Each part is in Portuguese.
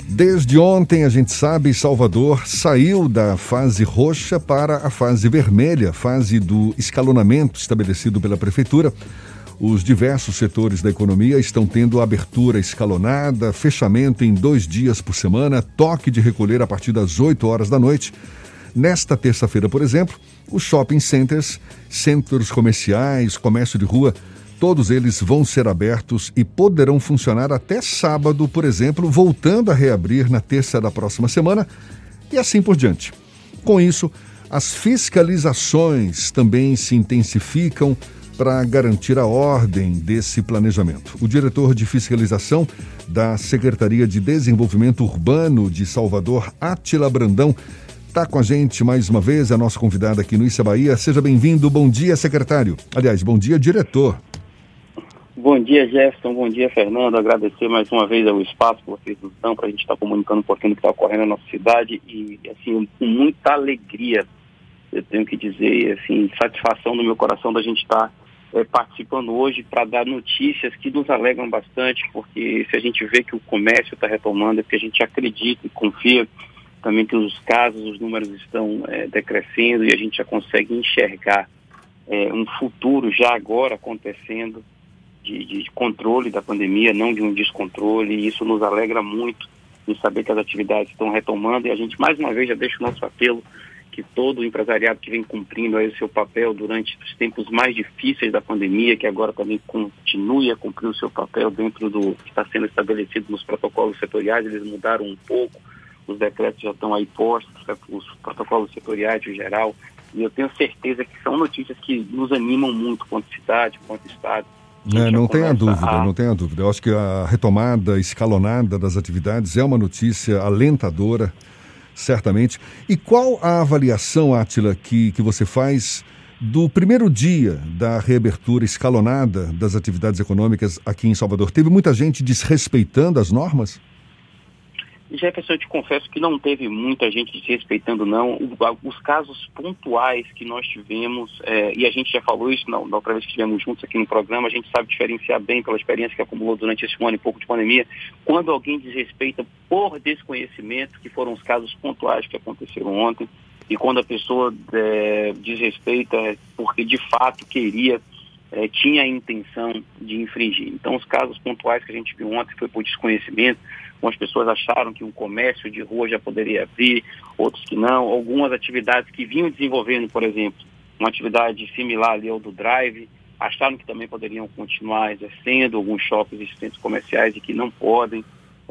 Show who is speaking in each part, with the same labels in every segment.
Speaker 1: Desde ontem, a gente sabe, Salvador saiu da fase roxa para a fase vermelha, fase do escalonamento estabelecido pela Prefeitura. Os diversos setores da economia estão tendo abertura escalonada, fechamento em 2 dias por semana, toque de recolher a partir das 8 horas da noite. Nesta terça-feira, por exemplo, os shopping centers, centros comerciais, comércio de rua, todos eles vão ser abertos e poderão funcionar até sábado, por exemplo, voltando a reabrir na terça da próxima semana e assim por diante. Com isso, as fiscalizações também se intensificam para garantir a ordem desse planejamento. O diretor de fiscalização da Secretaria de Desenvolvimento Urbano de Salvador, Átila Brandão, está com a gente mais uma vez, a nossa convidada aqui no Issa Bahia. Seja bem-vindo. Bom dia, secretário. Aliás, bom dia, diretor.
Speaker 2: Bom dia, Jefferson. Bom dia, Fernando. Agradecer mais uma vez o espaço que vocês nos dão para a gente estar comunicando um pouquinho do que está ocorrendo na nossa cidade e, assim, com muita alegria, eu tenho que dizer, assim, satisfação no meu coração da gente estar participando hoje para dar notícias que nos alegram bastante, porque se a gente vê que o comércio está retomando, é porque a gente acredita e confia também que os casos, os números estão decrescendo e a gente já consegue enxergar um futuro já agora acontecendo de controle da pandemia, não de um descontrole, e isso nos alegra muito em saber que as atividades estão retomando, e a gente mais uma vez já deixa o nosso apelo que todo o empresariado que vem cumprindo aí o seu papel durante os tempos mais difíceis da pandemia, que agora também continue a cumprir o seu papel dentro do que está sendo estabelecido nos protocolos setoriais. Eles mudaram um pouco, os decretos já estão aí postos, os protocolos setoriais em geral, e eu tenho certeza que são notícias que nos animam muito quanto cidade, quanto estado.
Speaker 1: Não tenha dúvida. Eu acho que a retomada escalonada das atividades é uma notícia alentadora, certamente. E qual a avaliação, Átila, que você faz do primeiro dia da reabertura escalonada das atividades econômicas aqui em Salvador? Teve muita gente desrespeitando as normas?
Speaker 2: Jefferson, eu te confesso que não teve muita gente desrespeitando, não. Os casos pontuais que nós tivemos, e a gente já falou isso na outra vez que estivemos juntos aqui no programa, a gente sabe diferenciar bem pela experiência que acumulou durante esse ano e pouco de pandemia, quando alguém desrespeita por desconhecimento, que foram os casos pontuais que aconteceram ontem, e quando a pessoa desrespeita porque de fato tinha a intenção de infringir. Então, os casos pontuais que a gente viu ontem foi por desconhecimento. Algumas pessoas acharam que um comércio de rua já poderia abrir, outros que não. Algumas atividades que vinham desenvolvendo, por exemplo, uma atividade similar ali ao do Drive, acharam que também poderiam continuar exercendo, alguns shoppings e centros comerciais e que não podem,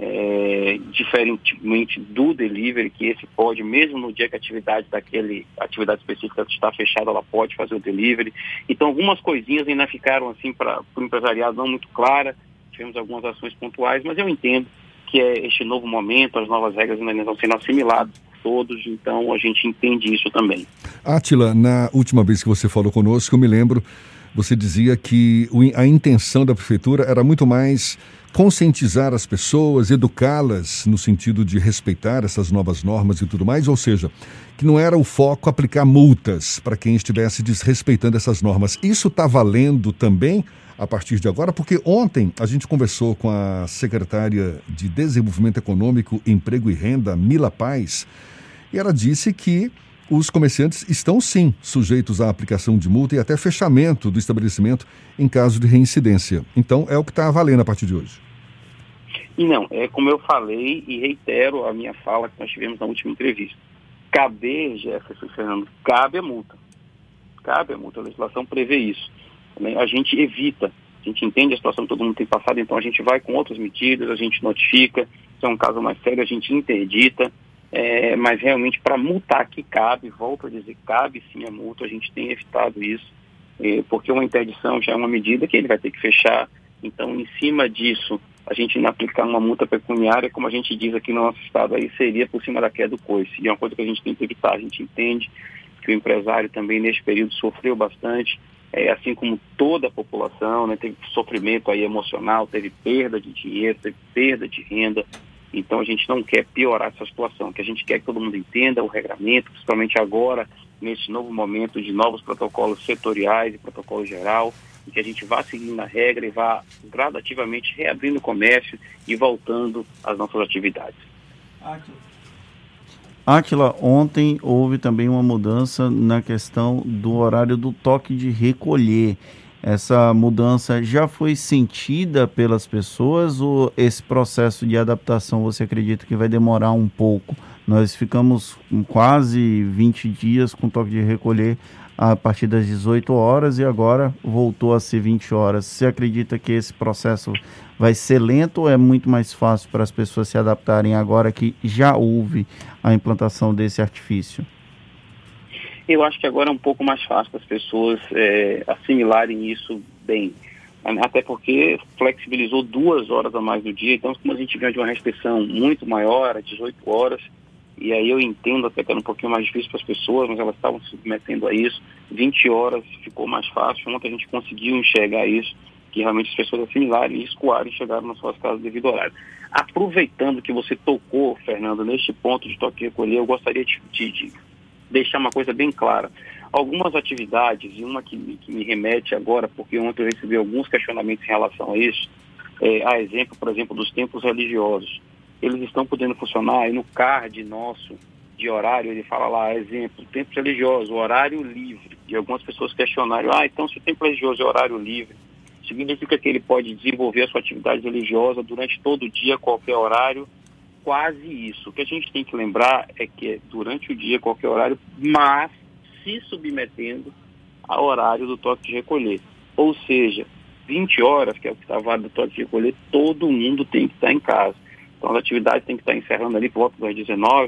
Speaker 2: diferentemente do delivery, que esse pode, mesmo no dia que a atividade específica está fechada, ela pode fazer o delivery. Então, algumas coisinhas ainda ficaram assim para o empresariado não muito clara. Tivemos algumas ações pontuais, mas eu entendo que este novo momento, as novas regras ainda estão sendo assimiladas por todos, então a gente entende isso também.
Speaker 1: Átila, na última vez que você falou conosco, eu me lembro, você dizia que a intenção da prefeitura era muito mais conscientizar as pessoas, educá-las no sentido de respeitar essas novas normas e tudo mais, ou seja, que não era o foco aplicar multas para quem estivesse desrespeitando essas normas. Isso está valendo também a partir de agora? Porque ontem a gente conversou com a secretária de Desenvolvimento Econômico, Emprego e Renda, Mila Paz, e ela disse que os comerciantes estão sim sujeitos à aplicação de multa e até fechamento do estabelecimento em caso de reincidência. Então é o que está valendo a partir de hoje.
Speaker 2: E não, como eu falei e reitero a minha fala que nós tivemos na última entrevista. Jefferson e Fernando, cabe a multa. A legislação prevê isso. A gente evita, a gente entende a situação que todo mundo tem passado, então a gente vai com outras medidas, a gente notifica, se é um caso mais sério, a gente interdita, mas realmente para multar que cabe, volto a dizer, cabe sim a multa, a gente tem evitado isso, porque uma interdição já é uma medida que ele vai ter que fechar, então em cima disso, a gente não aplicar uma multa pecuniária, como a gente diz aqui no nosso estado, aí seria por cima da queda do coice, e é uma coisa que a gente tem que evitar, a gente entende que o empresário também nesse período sofreu bastante, assim como toda a população, né, teve sofrimento aí emocional, teve perda de dinheiro, teve perda de renda. Então a gente não quer piorar essa situação, que a gente quer que todo mundo entenda o regramento, principalmente agora, nesse novo momento de novos protocolos setoriais e protocolo geral, e que a gente vá seguindo a regra e vá gradativamente reabrindo o comércio e voltando às nossas atividades.
Speaker 3: Átila, ontem houve também uma mudança na questão do horário do toque de recolher. Essa mudança já foi sentida pelas pessoas ou esse processo de adaptação você acredita que vai demorar um pouco? Nós ficamos quase 20 dias com toque de recolher a partir das 18 horas e agora voltou a ser 20 horas. Você acredita que esse processo vai ser lento ou é muito mais fácil para as pessoas se adaptarem agora que já houve a implantação desse artifício?
Speaker 2: Eu acho que agora é um pouco mais fácil para as pessoas assimilarem isso bem. Até porque flexibilizou 2 horas a mais do dia. Então, como a gente vinha de uma restrição muito maior, 18 horas, e aí eu entendo até que era um pouquinho mais difícil para as pessoas, mas elas estavam se submetendo a isso. 20 horas ficou mais fácil. Ontem a gente conseguiu enxergar isso, que realmente as pessoas assimilarem e escoarem e chegaram nas suas casas devido ao horário. Aproveitando que você tocou, Fernando, neste ponto de toque e recolher, eu gostaria de deixar uma coisa bem clara. Algumas atividades, e uma que me remete agora, porque ontem eu recebi alguns questionamentos em relação a isso, a exemplo, por exemplo, dos templos religiosos. Eles estão podendo funcionar, e no card nosso de horário, ele fala lá, exemplo, templos religiosos, horário livre. E algumas pessoas questionaram, então se o templo religioso é horário livre, significa que ele pode desenvolver a sua atividade religiosa durante todo o dia, qualquer horário? Quase isso. O que a gente tem que lembrar é que é durante o dia, qualquer horário, mas se submetendo ao horário do toque de recolher. Ou seja, 20 horas, que é o que está válido do toque de recolher, todo mundo tem que estar em casa. Então as atividades têm que estar encerrando ali por volta das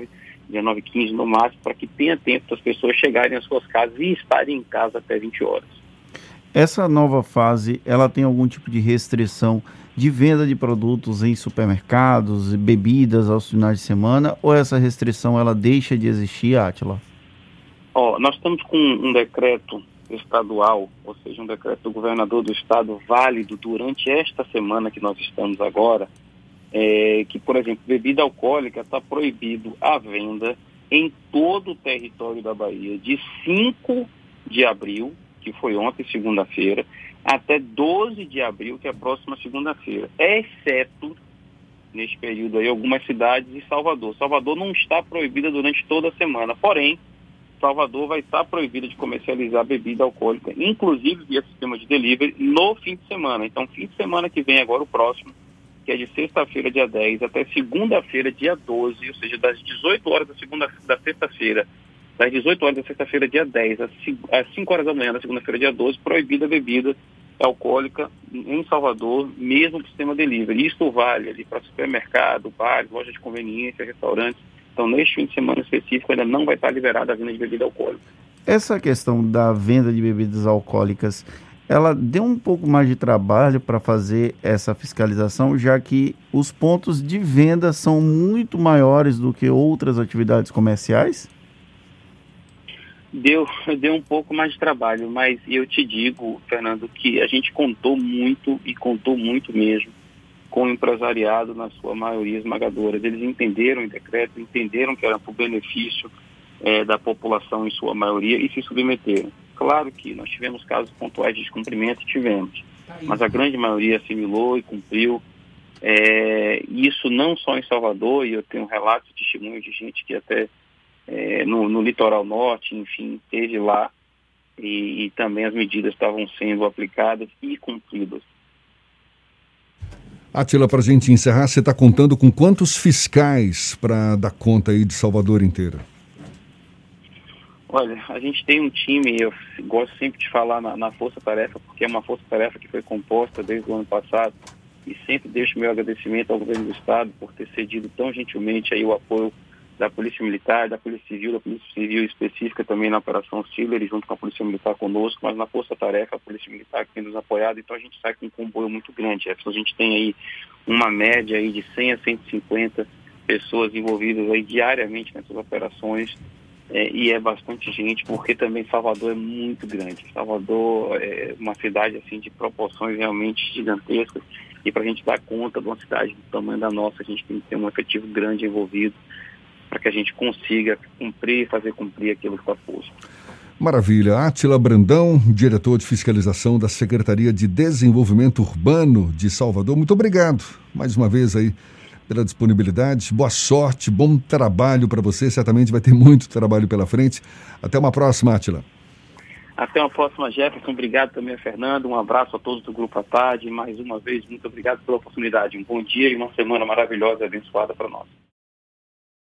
Speaker 2: 19h15 no máximo, para que tenha tempo das pessoas chegarem às suas casas e estarem em casa até 20 horas.
Speaker 3: Essa nova fase, ela tem algum tipo de restrição de venda de produtos em supermercados, bebidas aos finais de semana, ou essa restrição ela deixa de existir, Átila?
Speaker 2: Nós estamos com um decreto estadual, ou seja, um decreto do governador do estado válido durante esta semana que nós estamos agora, que, por exemplo, bebida alcoólica está proibido a venda em todo o território da Bahia de 5 de abril, que foi ontem, segunda-feira, até 12 de abril, que é a próxima segunda-feira, exceto, neste período aí, algumas cidades e Salvador. Salvador não está proibida durante toda a semana, porém, Salvador vai estar proibida de comercializar bebida alcoólica, inclusive via sistema de delivery, no fim de semana. Então, fim de semana que vem, agora o próximo, que é de sexta-feira, dia 10, até segunda-feira, dia 12, ou seja, das 18 horas da sexta-feira, das 18 horas da sexta-feira, dia 10, às 5 horas da manhã da segunda-feira, dia 12, proibida a bebida alcoólica em Salvador, mesmo para o sistema delivery. Isso vale ali para supermercado, bares, lojas de conveniência, restaurantes. Então, neste fim de semana específico, ainda não vai estar liberada a venda de bebida alcoólica.
Speaker 3: Essa questão da venda de bebidas alcoólicas, ela deu um pouco mais de trabalho para fazer essa fiscalização, já que os pontos de venda são muito maiores do que outras atividades comerciais?
Speaker 2: Deu um pouco mais de trabalho, mas eu te digo, Fernando, que a gente contou muito mesmo com o empresariado na sua maioria esmagadora. Eles entenderam o decreto, entenderam que era para o benefício da população em sua maioria e se submeteram. Claro que nós tivemos casos pontuais de descumprimento, mas a grande maioria assimilou e cumpriu. Isso não só em Salvador, e eu tenho relatos e testemunhos de gente que até no litoral norte, enfim, esteve lá e também as medidas estavam sendo aplicadas e cumpridas.
Speaker 1: Átila, para a gente encerrar, você está contando com quantos fiscais para dar conta aí de Salvador inteira?
Speaker 2: Olha, a gente tem um time, eu gosto sempre de falar na Força Tarefa, porque é uma Força Tarefa que foi composta desde o ano passado, e sempre deixo meu agradecimento ao governo do estado por ter cedido tão gentilmente aí o apoio da Polícia Militar, da Polícia Civil específica também na Operação Auxílio, junto com a Polícia Militar conosco, mas na Força Tarefa, a Polícia Militar que tem nos apoiado, então a gente sai com um comboio muito grande. A gente tem aí uma média aí de 100 a 150 pessoas envolvidas aí diariamente nessas operações, e é bastante gente, porque também Salvador é muito grande. Salvador é uma cidade assim de proporções realmente gigantescas, e para a gente dar conta de uma cidade do tamanho da nossa, a gente tem que ter um efetivo grande envolvido, para que a gente consiga cumprir e fazer cumprir aquilo que está posto.
Speaker 1: Maravilha. Átila Brandão, diretor de fiscalização da Secretaria de Desenvolvimento Urbano de Salvador, muito obrigado mais uma vez aí pela disponibilidade. Boa sorte, bom trabalho para você. Certamente vai ter muito trabalho pela frente. Até uma próxima, Átila.
Speaker 2: Até uma próxima, Jefferson. Obrigado também, Fernando. Um abraço a todos do Grupo à Tarde. Mais uma vez, muito obrigado pela oportunidade. Um bom dia e uma semana maravilhosa e abençoada para nós.